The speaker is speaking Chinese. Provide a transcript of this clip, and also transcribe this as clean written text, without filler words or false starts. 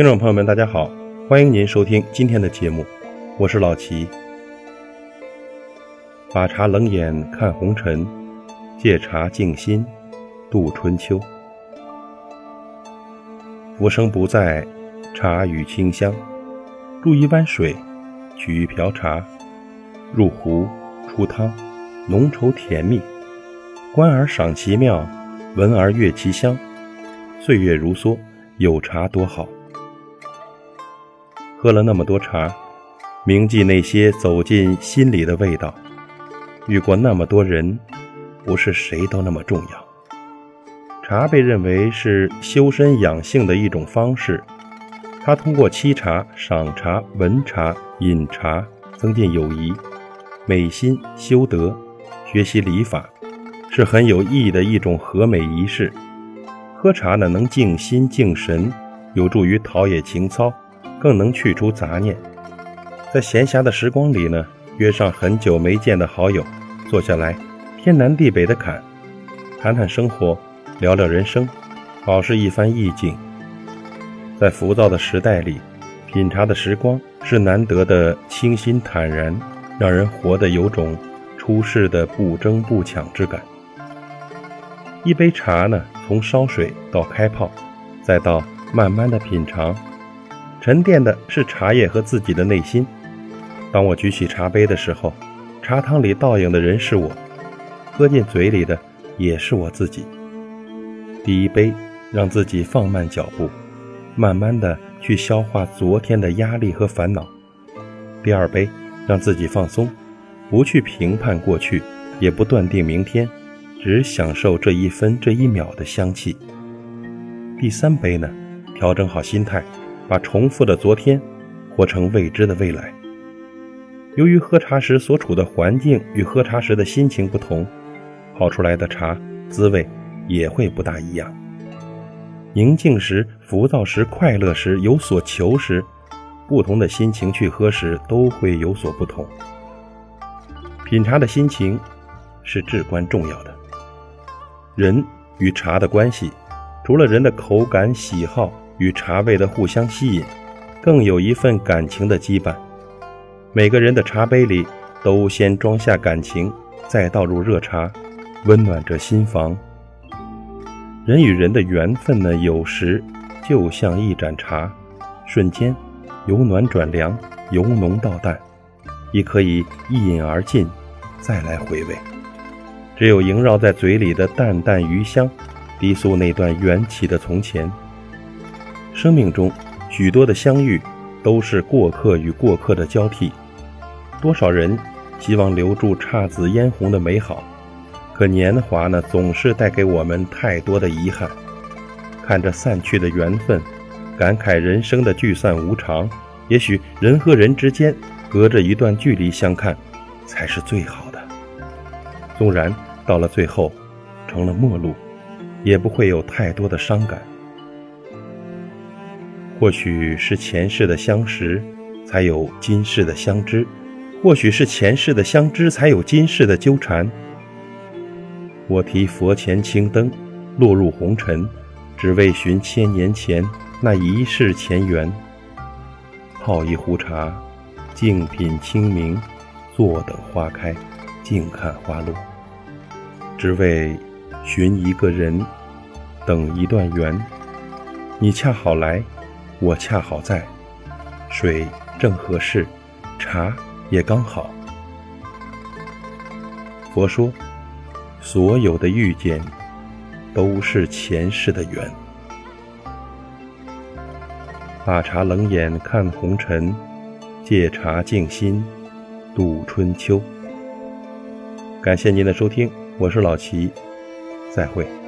听众朋友们大家好，欢迎您收听今天的节目，我是老齐。把茶冷眼看红尘，借茶静心度春秋。浮生不在，茶语清香，入一湾水，取一瓢茶，入壶出汤，浓稠甜蜜，观而赏其妙，闻而悦其香，岁月如梭，有茶多好。喝了那么多茶，铭记那些走进心里的味道，遇过那么多人，不是谁都那么重要。茶被认为是修身养性的一种方式，它通过沏茶、赏茶、闻茶、饮茶，增进友谊、美心、修德、学习礼法，是很有意义的一种和美仪式。喝茶呢，能静心静神，有助于陶冶情操，更能去除杂念。在闲暇的时光里呢，约上很久没见的好友，坐下来天南地北的侃，谈谈生活，聊聊人生，好是一番意境。在浮躁的时代里，品茶的时光是难得的清新坦然，让人活得有种出世的不争不抢之感。一杯茶呢，从烧水到开泡，再到慢慢的品尝，沉淀的是茶叶和自己的内心。当我举起茶杯的时候，茶汤里倒映的人是我，喝进嘴里的也是我自己。第一杯，让自己放慢脚步，慢慢的去消化昨天的压力和烦恼。第二杯，让自己放松，不去评判过去，也不断定明天，只享受这一分这一秒的香气。第三杯呢，调整好心态，把重复的昨天活成未知的未来。由于喝茶时所处的环境与喝茶时的心情不同，泡出来的茶滋味也会不大一样。宁静时、浮躁时、快乐时、有所求时，不同的心情去喝时都会有所不同。品茶的心情是至关重要的。人与茶的关系，除了人的口感喜好与茶味的互相吸引，更有一份感情的羁绊。每个人的茶杯里都先装下感情，再倒入热茶，温暖着心房。人与人的缘分呢，有时就像一盏茶，瞬间由暖转凉，由浓到淡，也可以一饮而尽，再来回味。只有萦绕在嘴里的淡淡余香，低诉那段缘起的从前。生命中许多的相遇，都是过客与过客的交替。多少人希望留住姹紫嫣红的美好，可年华呢，总是带给我们太多的遗憾。看着散去的缘分，感慨人生的聚散无常。也许人和人之间隔着一段距离相看，才是最好的。纵然到了最后成了陌路，也不会有太多的伤感。或许是前世的相识，才有今世的相知；或许是前世的相知，才有今世的纠缠。我提佛前青灯，落入红尘，只为寻千年前那一世前缘。泡一壶茶，静品清明，坐等花开，静看花落。只为寻一个人，等一段缘。你恰好来，我恰好在，水正合适，茶也刚好。佛说，所有的遇见都是前世的缘。把茶冷眼看红尘，借茶静心度春秋。感谢您的收听，我是老齐，再会。